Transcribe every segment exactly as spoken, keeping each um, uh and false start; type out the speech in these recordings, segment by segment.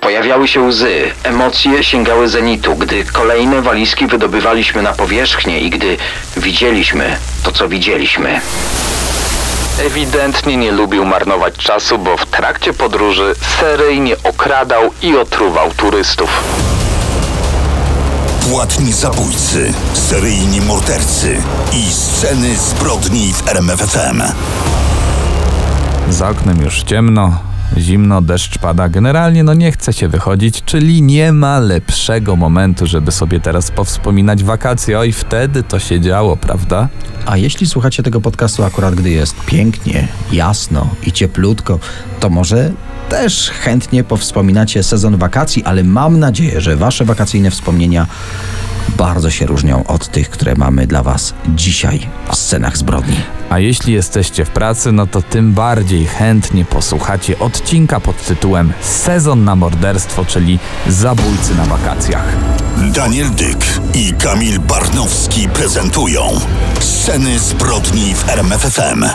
Pojawiały się łzy, emocje sięgały zenitu, gdy kolejne walizki wydobywaliśmy na powierzchnię i gdy widzieliśmy to, co widzieliśmy. Ewidentnie nie lubił marnować czasu, bo w trakcie podróży seryjnie okradał i otruwał turystów. Płatni zabójcy, seryjni mordercy i sceny zbrodni w R M F F M. Za oknem już ciemno, zimno, deszcz pada. Generalnie no nie chce się wychodzić, czyli nie ma lepszego momentu, żeby sobie teraz powspominać wakacje. Oj, wtedy to się działo, prawda? A jeśli słuchacie tego podcastu akurat gdy jest pięknie, jasno i cieplutko, to może też chętnie powspominacie sezon wakacji, ale mam nadzieję, że wasze wakacyjne wspomnienia bardzo się różnią od tych, które mamy dla was dzisiaj w scenach zbrodni. A jeśli jesteście w pracy, no to tym bardziej chętnie posłuchacie odcinka pod tytułem Sezon na morderstwo, czyli Zabójcy na wakacjach. Daniel Dyk i Kamil Barnowski prezentują Sceny zbrodni w R M F F M.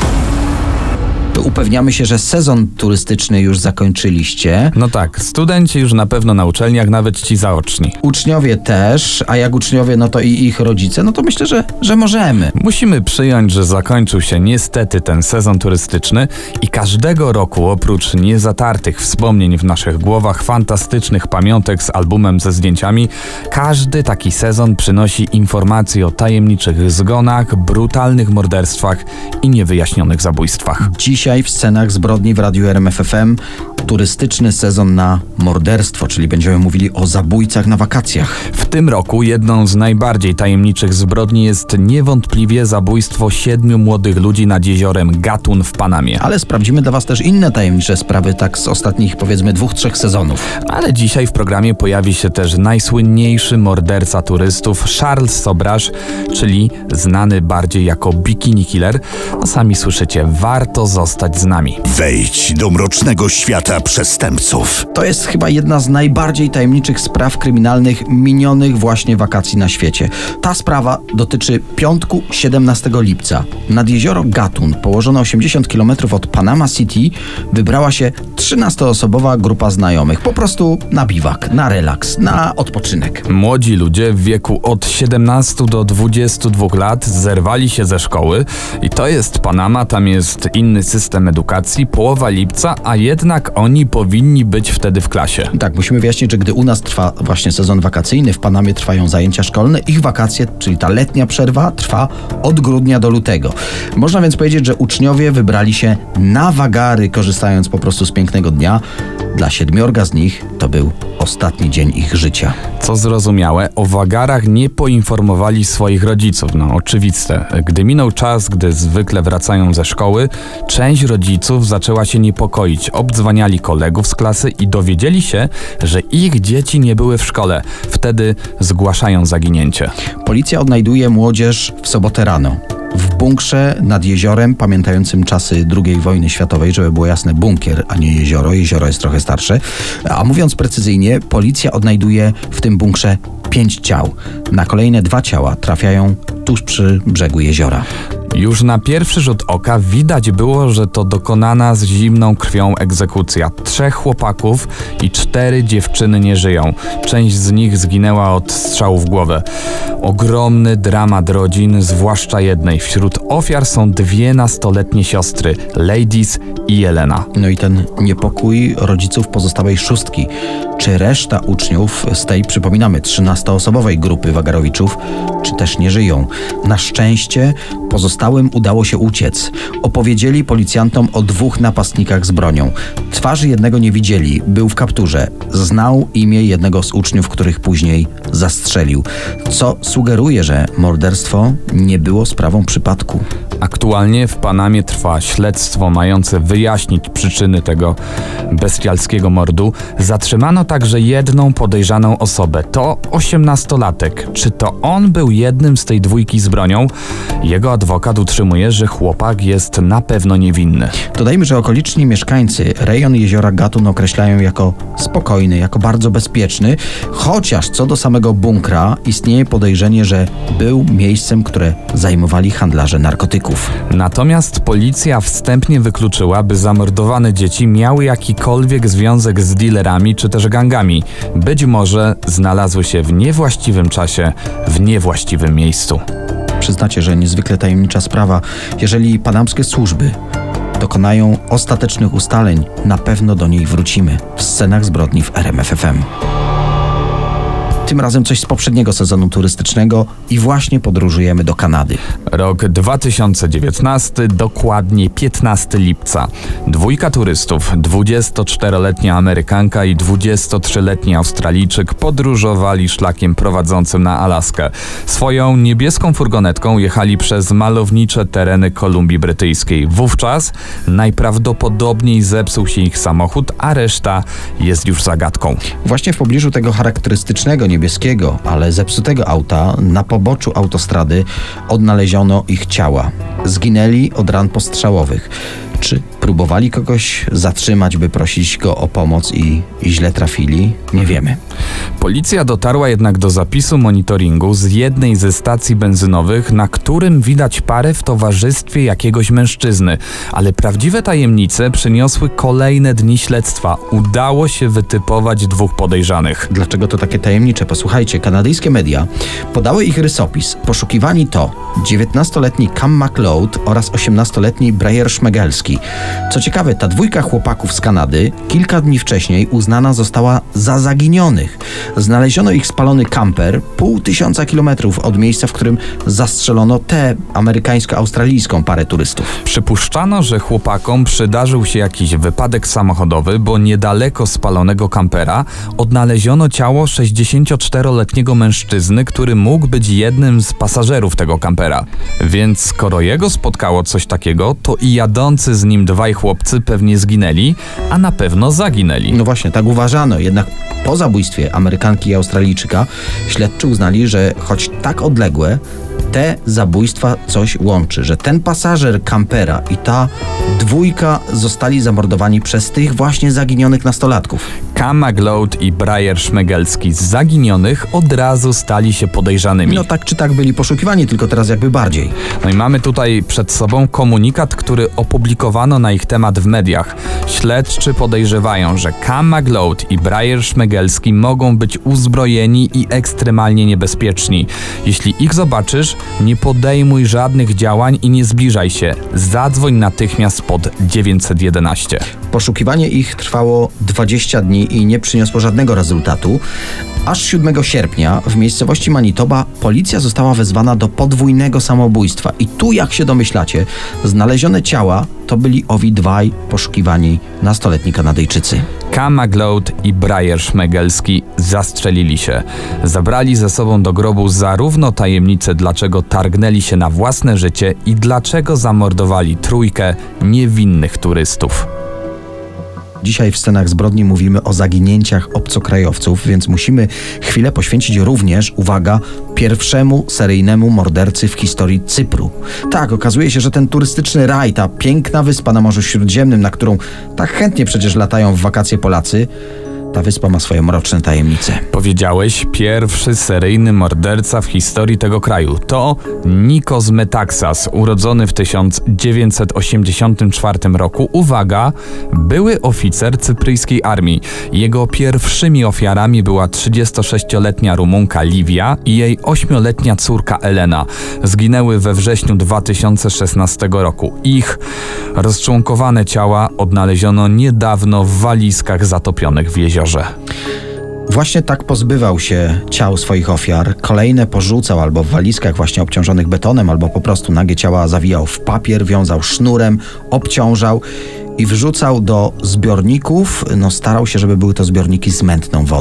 To upewniamy się, że sezon turystyczny już zakończyliście. No tak, studenci już na pewno na uczelniach, nawet ci zaoczni. Uczniowie też, a jak uczniowie, no to i ich rodzice, no to myślę, że, że możemy. Musimy przyjąć, że zakończył się niestety ten sezon turystyczny i każdego roku oprócz niezatartych wspomnień w naszych głowach, fantastycznych pamiątek z albumem ze zdjęciami, każdy taki sezon przynosi informacje o tajemniczych zgonach, brutalnych morderstwach i niewyjaśnionych zabójstwach. Dzisiaj w scenach zbrodni w Radiu R M F F M turystyczny sezon na morderstwo, czyli będziemy mówili o zabójcach na wakacjach. W tym roku jedną z najbardziej tajemniczych zbrodni jest niewątpliwie zabójstwo siedmiu młodych ludzi nad jeziorem Gatun w Panamie. Ale sprawdzimy dla was też inne tajemnicze sprawy, tak z ostatnich powiedzmy dwóch, trzech sezonów. Ale dzisiaj w programie pojawi się też najsłynniejszy morderca turystów Charles Sobrasz, czyli znany bardziej jako Bikini Killer. A sami słyszycie, warto zostać z nami. Wejdź do mrocznego świata przestępców. To jest chyba jedna z najbardziej tajemniczych spraw kryminalnych minionych właśnie wakacji na świecie. Ta sprawa dotyczy piątku siedemnastego lipca. Nad jezioro Gatun, położone osiemdziesiąt kilometrów od Panama City, wybrała się trzynastoosobowa grupa znajomych. Po prostu na biwak, na relaks, na odpoczynek. Młodzi ludzie w wieku od siedemnastu do dwudziestu dwóch lat zerwali się ze szkoły i to jest Panama, tam jest inny system edukacji, połowa lipca, a jednak oni powinni być wtedy w klasie. Tak, musimy wyjaśnić, że gdy u nas trwa właśnie sezon wakacyjny, w Panamie trwają zajęcia szkolne, ich wakacje, czyli ta letnia przerwa, trwa od grudnia do lutego. Można więc powiedzieć, że uczniowie wybrali się na wagary, korzystając po prostu z pięknego dnia. Dla siedmiorga z nich to był ostatni dzień ich życia. Co zrozumiałe, o wagarach nie poinformowali swoich rodziców. No oczywiste. Gdy minął czas, gdy zwykle wracają ze szkoły, część rodziców zaczęła się niepokoić. Obdzwaniali kolegów z klasy i dowiedzieli się, że ich dzieci nie były w szkole. Wtedy zgłaszają zaginięcie. Policja odnajduje młodzież w sobotę rano. W bunkrze nad jeziorem, pamiętającym czasy drugiej wojny światowej, żeby było jasne, bunkier, a nie jezioro. Jezioro jest trochę starsze. A mówiąc precyzyjnie, policja odnajduje w tym bunkrze pięć ciał. Na kolejne dwa ciała trafiają tuż przy brzegu jeziora. Już na pierwszy rzut oka widać było, że to dokonana z zimną krwią egzekucja. Trzech chłopaków i cztery dziewczyny nie żyją. Część z nich zginęła od strzału w głowę. Ogromny dramat rodzin, zwłaszcza jednej. Wśród ofiar są dwie nastoletnie siostry, Ladies i Jelena. No i ten niepokój rodziców pozostałej szóstki. Czy reszta uczniów z tej, przypominamy, trzynastoosobowej grupy wagarowiczów, czy też nie żyją? Na szczęście pozostałym udało się uciec. Opowiedzieli policjantom o dwóch napastnikach z bronią. Twarzy jednego nie widzieli, był w kapturze. Znał imię jednego z uczniów, których później zastrzelił. Co sugeruje, że morderstwo nie było sprawą przypadku. Aktualnie w Panamie trwa śledztwo mające wyjaśnić przyczyny tego bestialskiego mordu. Zatrzymano także jedną podejrzaną osobę. To osiemnastolatek. Czy to on był jednym z tej dwójki z bronią? Jego adwokat zakład utrzymuje, że chłopak jest na pewno niewinny. Dodajmy, że okoliczni mieszkańcy rejon jeziora Gatun określają jako spokojny, jako bardzo bezpieczny, chociaż co do samego bunkra istnieje podejrzenie, że był miejscem, które zajmowali handlarze narkotyków. Natomiast policja wstępnie wykluczyła, by zamordowane dzieci miały jakikolwiek związek z dealerami czy też gangami. Być może znalazły się w niewłaściwym czasie, w niewłaściwym miejscu. Przyznacie, że niezwykle tajemnicza sprawa. Jeżeli panamskie służby dokonają ostatecznych ustaleń, na pewno do niej wrócimy w scenach zbrodni w R M F F M. Tym razem coś z poprzedniego sezonu turystycznego i właśnie podróżujemy do Kanady. Rok dwa tysiące dziewiętnasty, dokładnie piętnastego lipca. Dwójka turystów, dwudziestoczteroletnia Amerykanka i dwudziestotrzyletni Australijczyk podróżowali szlakiem prowadzącym na Alaskę. Swoją niebieską furgonetką jechali przez malownicze tereny Kolumbii Brytyjskiej. Wówczas najprawdopodobniej zepsuł się ich samochód, a reszta jest już zagadką. Właśnie w pobliżu tego charakterystycznego niebieskiego, ale zepsutego auta na poboczu autostrady odnaleziono ich ciała. Zginęli od ran postrzałowych. Czy próbowali kogoś zatrzymać, by prosić go o pomoc i, i źle trafili? Nie wiemy. Policja dotarła jednak do zapisu monitoringu z jednej ze stacji benzynowych, na którym widać parę w towarzystwie jakiegoś mężczyzny. Ale prawdziwe tajemnice przyniosły kolejne dni śledztwa. Udało się wytypować dwóch podejrzanych. Dlaczego to takie tajemnicze? Posłuchajcie, kanadyjskie media podały ich rysopis. Poszukiwani to dziewiętnastoletni Cam McLeod oraz osiemnastoletni Briar Szmegelski. Co ciekawe, ta dwójka chłopaków z Kanady kilka dni wcześniej uznana została za zaginionych. Znaleziono ich spalony kamper pół tysiąca kilometrów od miejsca, w którym zastrzelono tę amerykańsko-australijską parę turystów. Przypuszczano, że chłopakom przydarzył się jakiś wypadek samochodowy, bo niedaleko spalonego kampera odnaleziono ciało sześćdziesięcioczteroletniego mężczyzny, który mógł być jednym z pasażerów tego kampera. Więc skoro jego spotkało coś takiego, to i jadący z nim dwaj chłopcy pewnie zginęli, a na pewno zaginęli. No właśnie, tak uważano. Jednak po zabójstwie Amerykanki i Australijczyka śledczy uznali, że choć tak odległe, te zabójstwa coś łączy, że ten pasażer kampera i ta dwójka zostali zamordowani przez tych właśnie zaginionych nastolatków. Cam McLeod i Briar Szmegelski z zaginionych od razu stali się podejrzanymi. No tak czy tak byli poszukiwani, tylko teraz jakby bardziej. No i mamy tutaj przed sobą komunikat, który opublikowano na ich temat w mediach. Śledczy podejrzewają, że Cam McLeod i Briar Szmegelski mogą być uzbrojeni i ekstremalnie niebezpieczni. Jeśli ich zobaczysz, nie podejmuj żadnych działań i nie zbliżaj się. Zadzwoń natychmiast pod dziewięćset jedenaście. Poszukiwanie ich trwało dwadzieścia dni i nie przyniosło żadnego rezultatu. Aż siódmego sierpnia w miejscowości Manitoba policja została wezwana do podwójnego samobójstwa. I tu, jak się domyślacie, znalezione ciała to byli owi dwaj poszukiwani nastoletni Kanadyjczycy. Cam McLeod i Briar Szmegelski zastrzelili się. Zabrali ze sobą do grobu zarówno tajemnicę, dlaczego targnęli się na własne życie i dlaczego zamordowali trójkę niewinnych turystów. Dzisiaj w scenach zbrodni mówimy o zaginięciach obcokrajowców, więc musimy chwilę poświęcić również, uwaga, pierwszemu seryjnemu mordercy w historii Cypru. Tak, okazuje się, że ten turystyczny raj, ta piękna wyspa na Morzu Śródziemnym, na którą tak chętnie przecież latają w wakacje Polacy, ta wyspa ma swoje mroczne tajemnice. Powiedziałeś, pierwszy seryjny morderca w historii tego kraju. To Nikos Metaxas, urodzony w tysiąc dziewięćset osiemdziesiątym czwartym roku. Uwaga, były oficer cypryjskiej armii. Jego pierwszymi ofiarami była trzydziestosześcioletnia Rumunka Livia i jej ośmioletnia córka Elena. Zginęły we wrześniu dwa tysiące szesnastego roku. Ich rozczłonkowane ciała odnaleziono niedawno w walizkach zatopionych w jeziorze. Właśnie tak pozbywał się ciał swoich ofiar. Kolejne porzucał albo w walizkach właśnie obciążonych betonem, albo po prostu nagie ciała zawijał w papier, wiązał sznurem, obciążał i wrzucał do zbiorników. No starał się, żeby były to zbiorniki z mętną wodą.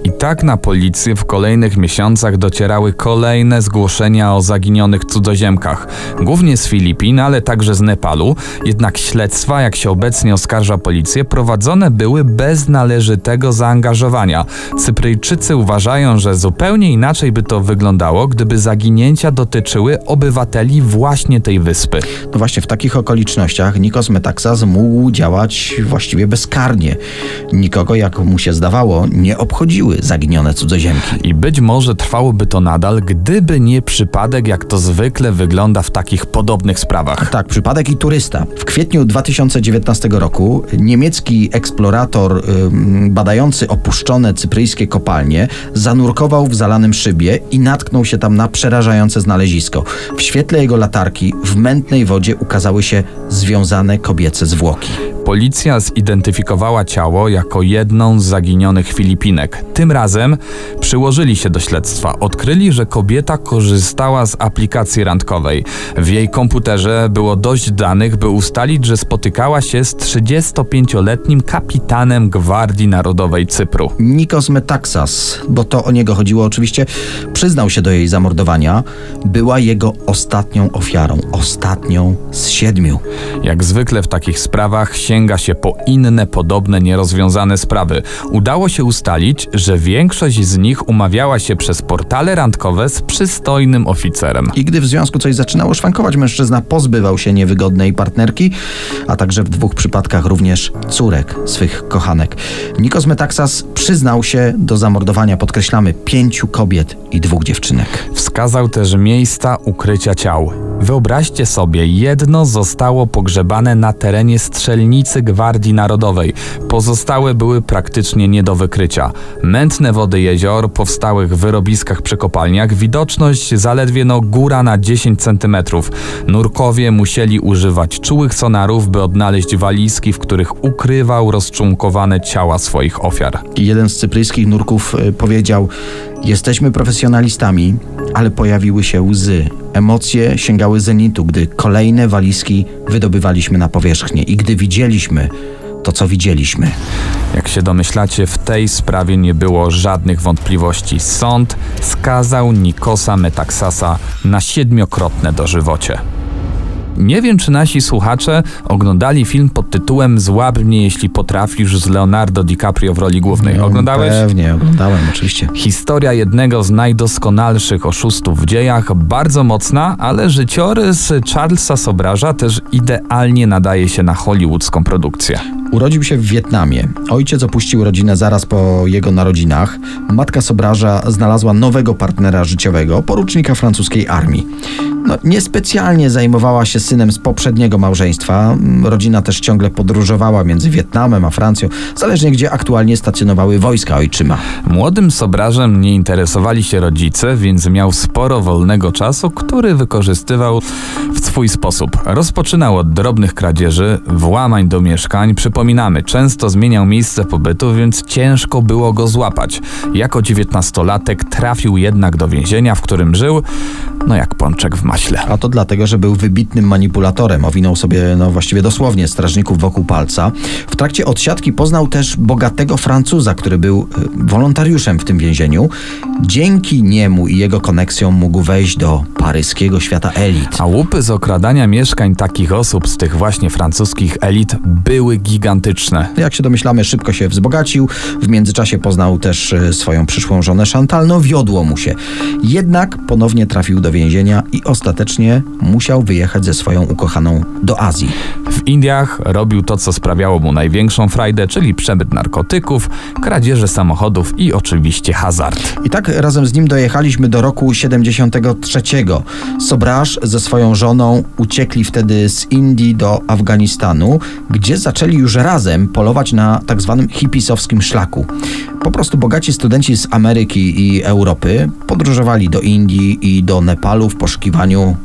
I tak na policję w kolejnych miesiącach docierały kolejne zgłoszenia o zaginionych cudzoziemkach, głównie z Filipin, ale także z Nepalu. Jednak śledztwa, jak się obecnie oskarża policję, prowadzone były bez należytego zaangażowania. Cypryjczycy uważają, że zupełnie inaczej by to wyglądało, gdyby zaginięcia dotyczyły obywateli właśnie tej wyspy. No właśnie w takich okolicznościach Nikos Metaxas mógł działać właściwie bezkarnie. Nikogo, jak mu się zdawało, nie obchodziły zaginione cudzoziemki. I być może trwałoby to nadal, gdyby nie przypadek, jak to zwykle wygląda w takich podobnych sprawach. Tak, przypadek i turysta. W kwietniu dwa tysiące dziewiętnastego roku niemiecki eksplorator y, badający opuszczone cypryjskie kopalnie zanurkował w zalanym szybie i natknął się tam na przerażające znalezisko. W świetle jego latarki w mętnej wodzie ukazały się związane kobiece zwłoki. Policja zidentyfikowała ciało jako jedną z zaginionych Filipinek. Tym razem przyłożyli się do śledztwa. Odkryli, że kobieta korzystała z aplikacji randkowej. W jej komputerze było dość danych, by ustalić, że spotykała się z trzydziestopięcioletnim kapitanem Gwardii Narodowej Cypru. Nikos Metaxas, bo to o niego chodziło oczywiście, przyznał się do jej zamordowania. Była jego ostatnią ofiarą. Ostatnią z siedmiu. Jak zwykle w takich sprawach sięga się po inne, podobne, nierozwiązane sprawy. Udało się ustalić, że większość z nich umawiała się przez portale randkowe z przystojnym oficerem. I gdy w związku coś zaczynało szwankować, mężczyzna pozbywał się niewygodnej partnerki, a także w dwóch przypadkach również córek swych kochanek. Nikos Metaxas przyznał się do zamordowania, podkreślamy, pięciu kobiet i dwóch dziewczynek. Wskazał też miejsca ukrycia ciał. Wyobraźcie sobie, jedno zostało pogrzebane na terenie strzelnicy Gwardii Narodowej. Pozostałe były praktycznie nie do wykrycia. Mętne wody jezior powstałych w wyrobiskach przy kopalniach, widoczność zaledwie no góra na dziesięć centymetrów. Nurkowie musieli używać czułych sonarów, by odnaleźć walizki, w których ukrywał rozczłonkowane ciała swoich ofiar. Jeden z cypryjskich nurków y, powiedział: jesteśmy profesjonalistami, ale pojawiły się łzy. Emocje sięgały zenitu, gdy kolejne walizki wydobywaliśmy na powierzchnię i gdy widzieliśmy to, co widzieliśmy. Jak się domyślacie, w tej sprawie nie było żadnych wątpliwości. Sąd skazał Nikosa Metaxasa na siedmiokrotne dożywocie. Nie wiem, czy nasi słuchacze oglądali film pod tytułem Złap mnie, jeśli potrafisz, z Leonardo DiCaprio w roli głównej. No, Oglądałeś? Pewnie, oglądałem, oczywiście. Historia jednego z najdoskonalszych oszustów w dziejach, bardzo mocna, ale życiorys Charlesa Sobraża też idealnie nadaje się na hollywoodzką produkcję. Urodził się w Wietnamie. Ojciec opuścił rodzinę zaraz po jego narodzinach. Matka Sobraża znalazła nowego partnera życiowego, porucznika francuskiej armii. No, niespecjalnie zajmowała się synem z poprzedniego małżeństwa. Rodzina też ciągle podróżowała między Wietnamem a Francją, zależnie gdzie aktualnie stacjonowały wojska ojczyma. Młodym Sobrażem nie interesowali się rodzice, więc miał sporo wolnego czasu, który wykorzystywał w swój sposób. Rozpoczynał od drobnych kradzieży, włamań do mieszkań. Przypominamy, często zmieniał miejsce pobytu, więc ciężko było go złapać. Jako dziewiętnastolatek trafił jednak do więzienia, w którym żył, no jak pączek w maśle. A to dlatego, że był wybitnym manipulatorem. Owinął sobie, no właściwie dosłownie, strażników wokół palca. W trakcie odsiadki poznał też bogatego Francuza, który był wolontariuszem w tym więzieniu. Dzięki niemu i jego koneksjom mógł wejść do paryskiego świata elit. A łupy z okradania mieszkań takich osób z tych właśnie francuskich elit były gigantyczne. Jak się domyślamy, szybko się wzbogacił. W międzyczasie poznał też swoją przyszłą żonę Chantal. No wiodło mu się. Jednak ponownie trafił do więzienia i ostatecznie musiał wyjechać ze swoją ukochaną do Azji. W Indiach robił to, co sprawiało mu największą frajdę, czyli przemyt narkotyków, kradzieże samochodów i oczywiście hazard. I tak razem z nim dojechaliśmy do roku siedemdziesiątego trzeciego. Sobraż ze swoją żoną uciekli wtedy z Indii do Afganistanu, gdzie zaczęli już razem polować na tak zwanym hipisowskim szlaku. Po prostu bogaci studenci z Ameryki i Europy podróżowali do Indii i do Nepalu w poszukiwaniu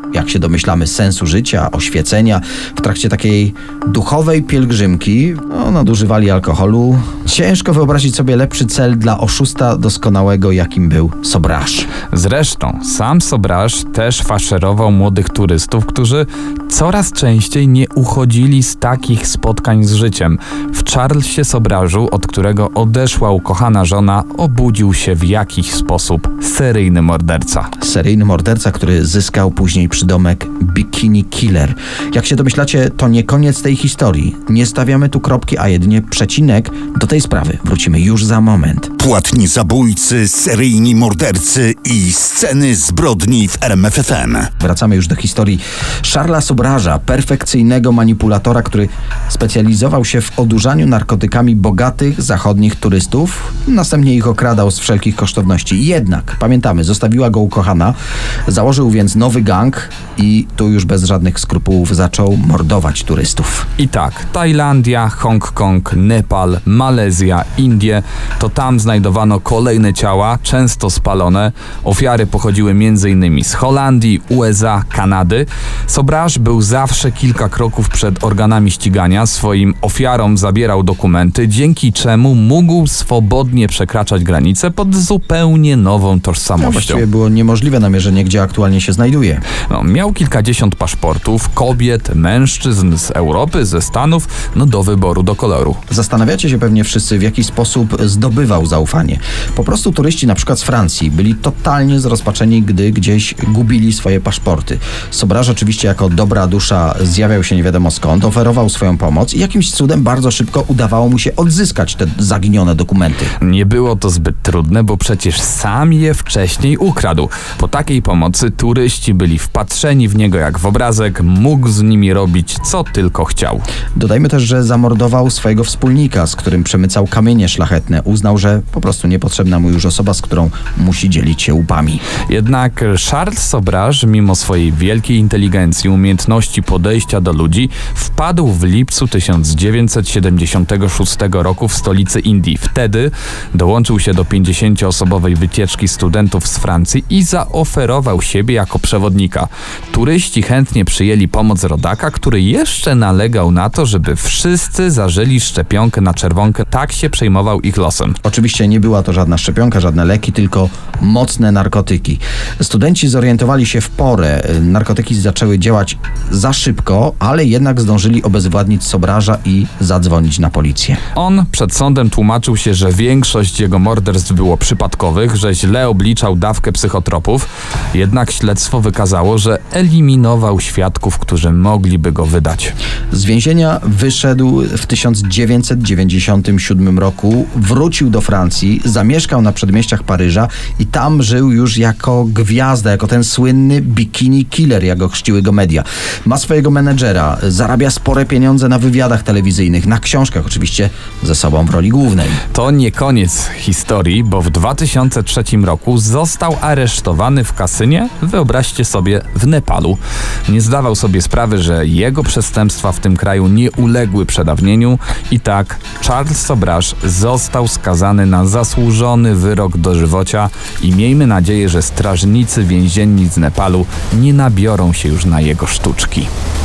jak się domyślamy, sensu życia, oświecenia. W trakcie takiej duchowej pielgrzymki no, nadużywali alkoholu. Ciężko wyobrazić sobie lepszy cel dla oszusta doskonałego, jakim był Sobrasz. Zresztą sam Sobrasz też faszerował młodych turystów, którzy coraz częściej nie uchodzili z takich spotkań z życiem. W Charlesie Sobraszu, od którego odeszła ukochana żona, obudził się w jakiś sposób seryjny morderca. Seryjny morderca, który zyskał później przydomek Bikini Killer. Jak się domyślacie, to nie koniec tej historii. Nie stawiamy tu kropki, a jedynie przecinek. Do tej sprawy wrócimy już za moment. Płatni zabójcy, seryjni mordercy i sceny zbrodni w R M F F M. Wracamy już do historii Charlesa Sobrasza, perfekcyjnego manipulatora, który specjalizował się w odurzaniu narkotykami bogatych zachodnich turystów. Następnie ich okradał z wszelkich kosztowności. Jednak, pamiętamy, zostawiła go ukochana. Założył więc nowy gang i tu już bez żadnych skrupułów zaczął mordować turystów. I tak, Tajlandia, Hongkong, Nepal, Malezja, Indie, to tam znajdowano kolejne ciała, często spalone. Ofiary pochodziły m.in. z Holandii, U S A, Kanady. Sobrasz był zawsze kilka kroków przed organami ścigania. Swoim ofiarom zabierał dokumenty, dzięki czemu mógł swobodnie przekraczać granice pod zupełnie nową No, tożsamością. właściwie było niemożliwe namierzenie, gdzie aktualnie się znajduje. No, miał kilkadziesiąt paszportów, kobiet, mężczyzn z Europy, ze Stanów, no do wyboru, do koloru. Zastanawiacie się pewnie wszyscy, w jaki sposób zdobywał zaufanie. Po prostu turyści na przykład z Francji byli totalnie zrozpaczeni, gdy gdzieś gubili swoje paszporty. Sobrasz oczywiście jako dobra dusza zjawiał się nie wiadomo skąd, oferował swoją pomoc i jakimś cudem bardzo szybko udawało mu się odzyskać te zaginione dokumenty. Nie było to zbyt trudne, bo przecież sam je wcześniej ukradł. Po takiej pomocy turyści byli wpatrzeni w niego jak w obrazek, mógł z nimi robić co tylko chciał. Dodajmy też, że zamordował swojego wspólnika, z którym przemycał kamienie szlachetne. Uznał, że po prostu niepotrzebna mu już osoba, z którą musi dzielić się łupami. Jednak Charles Sobrasz, mimo swojej wielkiej inteligencji, umiejętności podejścia do ludzi, wpadł w lipcu tysiąc dziewięćset siedemdziesiątego szóstego roku w stolicy Indii. Wtedy dołączył się do pięćdziesięcioosobowej wycieczki studentów z Francji i zaoferował siebie jako przewodnika. Turyści chętnie przyjęli pomoc rodaka, który jeszcze nalegał na to, żeby wszyscy zażyli szczepionkę na czerwonkę. Tak się przejmował ich losem. Oczywiście nie była to żadna szczepionka, żadne leki, tylko mocne narkotyki. Studenci zorientowali się w porę. Narkotyki zaczęły działać za szybko, ale jednak zdążyli obezwładnić Sobrasza i zadzwonić na policję. On przed sądem tłumaczył się, że większość jego morderstw było przypadkowych, że źle obliczał dawkę psychotropów. Jednak śledztwo wykazało, że eliminował świadków, którzy mogliby go wydać. Z więzienia wyszedł w tysiąc dziewięćset dziewięćdziesiątym siódmym roku, wrócił do Francji, zamieszkał na przedmieściach Paryża i tam żył już jako gwiazda, jako ten słynny Bikini Killer, jak go chrzciły go media. Ma swojego menedżera, zarabia spore pieniądze na wywiadach telewizyjnych, na książkach oczywiście, ze sobą w roli głównej. To nie koniec historii, bo w dwa tysiące trzecim roku został aresztowany w kasynie, wyobraźcie sobie, w Nepalu. Nie zdawał sobie sprawy, że jego przestępstwa w tym kraju nie uległy przedawnieniu i tak Charles Sobrasz został skazany na zasłużony wyrok dożywocia i miejmy nadzieję, że strażnicy więzienni z Nepalu nie nabiorą się już na jego sztuczki.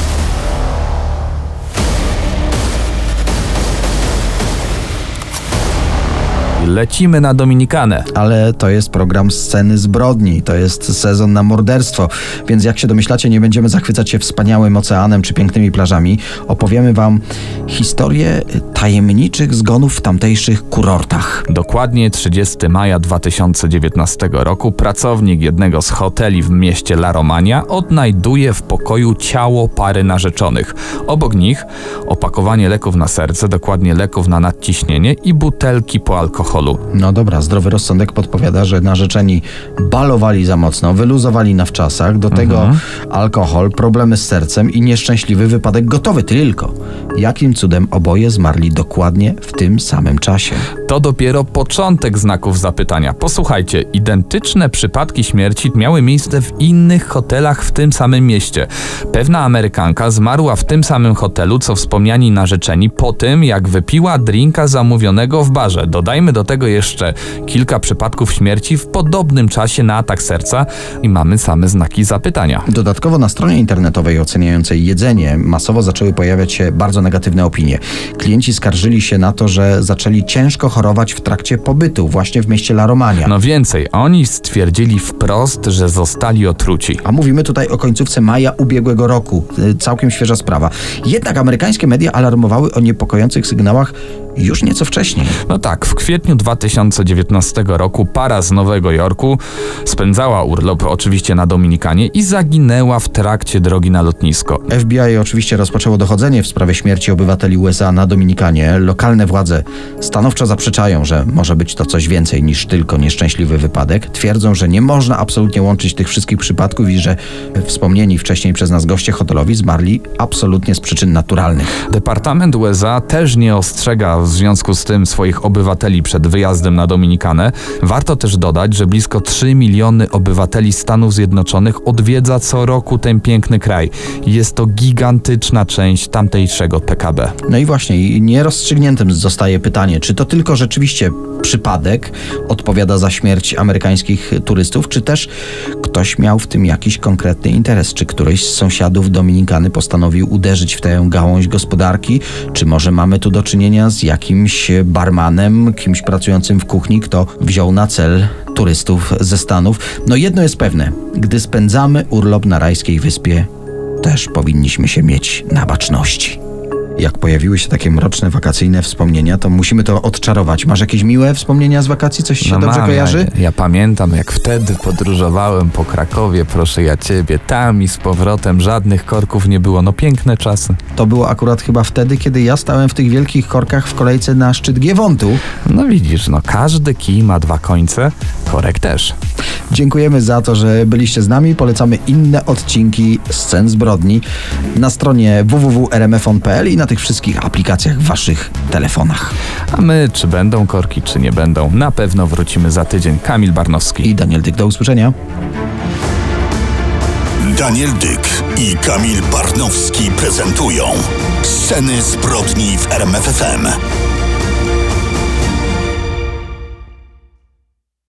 Lecimy na Dominikanę. Ale to jest program Sceny zbrodni, to jest sezon na morderstwo, więc jak się domyślacie, nie będziemy zachwycać się wspaniałym oceanem czy pięknymi plażami. Opowiemy wam historię tajemniczych zgonów w tamtejszych kurortach. Dokładnie trzydziestego maja dwa tysiące dziewiętnastego roku pracownik jednego z hoteli w mieście La Romania odnajduje w pokoju ciało pary narzeczonych. Obok nich opakowanie leków na serce, dokładnie leków na nadciśnienie i butelki po alkoholu. No dobra, zdrowy rozsądek podpowiada, że narzeczeni balowali za mocno, wyluzowali na wczasach, do tego Mhm. alkohol, problemy z sercem i nieszczęśliwy wypadek gotowy. Tylko jakim cudem oboje zmarli dokładnie w tym samym czasie? To to dopiero początek znaków zapytania. Posłuchajcie, identyczne przypadki śmierci miały miejsce w innych hotelach w tym samym mieście. Pewna Amerykanka zmarła w tym samym hotelu, co wspomniani narzeczeni po tym, jak wypiła drinka zamówionego w barze. Dodajmy do tego jeszcze kilka przypadków śmierci w podobnym czasie na atak serca i mamy same znaki zapytania. Dodatkowo na stronie internetowej oceniającej jedzenie masowo zaczęły pojawiać się bardzo negatywne opinie. Klienci skarżyli się na to, że zaczęli ciężko chorować w trakcie pobytu właśnie w mieście La Romagna. No więcej, oni stwierdzili wprost, że zostali otruci. A mówimy tutaj o końcówce maja ubiegłego roku. Całkiem świeża sprawa. Jednak amerykańskie media alarmowały o niepokojących sygnałach już nieco wcześniej. No tak, w kwietniu dwa tysiące dziewiętnastego roku para z Nowego Jorku spędzała urlop oczywiście na Dominikanie i zaginęła w trakcie drogi na lotnisko. F B I oczywiście rozpoczęło dochodzenie w sprawie śmierci obywateli U S A na Dominikanie. Lokalne władze stanowczo zaprzeczają, że może być to coś więcej niż tylko nieszczęśliwy wypadek. Twierdzą, że nie można absolutnie łączyć tych wszystkich przypadków i że wspomnieni wcześniej przez nas goście hotelowi zmarli absolutnie z przyczyn naturalnych. Departament U S A też nie ostrzega w związku z tym swoich obywateli przed wyjazdem na Dominikanę. Warto też dodać, że blisko trzy miliony obywateli Stanów Zjednoczonych odwiedza co roku ten piękny kraj. Jest to gigantyczna część tamtejszego P K B. No i właśnie, nierozstrzygniętym zostaje pytanie, czy to tylko rzeczywiście przypadek odpowiada za śmierć amerykańskich turystów, czy też ktoś miał w tym jakiś konkretny interes, czy któryś z sąsiadów Dominikany postanowił uderzyć w tę gałąź gospodarki, czy może mamy tu do czynienia z jakimś barmanem, kimś pracującym w kuchni, kto wziął na cel turystów ze Stanów. No jedno jest pewne, gdy spędzamy urlop na rajskiej wyspie, też powinniśmy się mieć na baczności. Jak pojawiły się takie mroczne, wakacyjne wspomnienia, to musimy to odczarować. Masz jakieś miłe wspomnienia z wakacji? Coś się No dobrze mam, kojarzy? Ja, ja pamiętam, jak wtedy podróżowałem po Krakowie, proszę ja ciebie, tam i z powrotem, żadnych korków nie było. No piękne czasy. To było akurat chyba wtedy, kiedy ja stałem w tych wielkich korkach w kolejce na szczyt Giewontu. No widzisz, no każdy kij ma dwa końce, korek też. Dziękujemy za to, że byliście z nami. Polecamy inne odcinki Scen Zbrodni na stronie w w w kropka r m f on kropka p l i na tych wszystkich aplikacjach w waszych telefonach. A my, czy będą korki, czy nie będą, na pewno wrócimy za tydzień. Kamil Barnowski I Daniel Dyk, do usłyszenia. Daniel Dyk i Kamil Barnowski prezentują Sceny Zbrodni w R M F F M.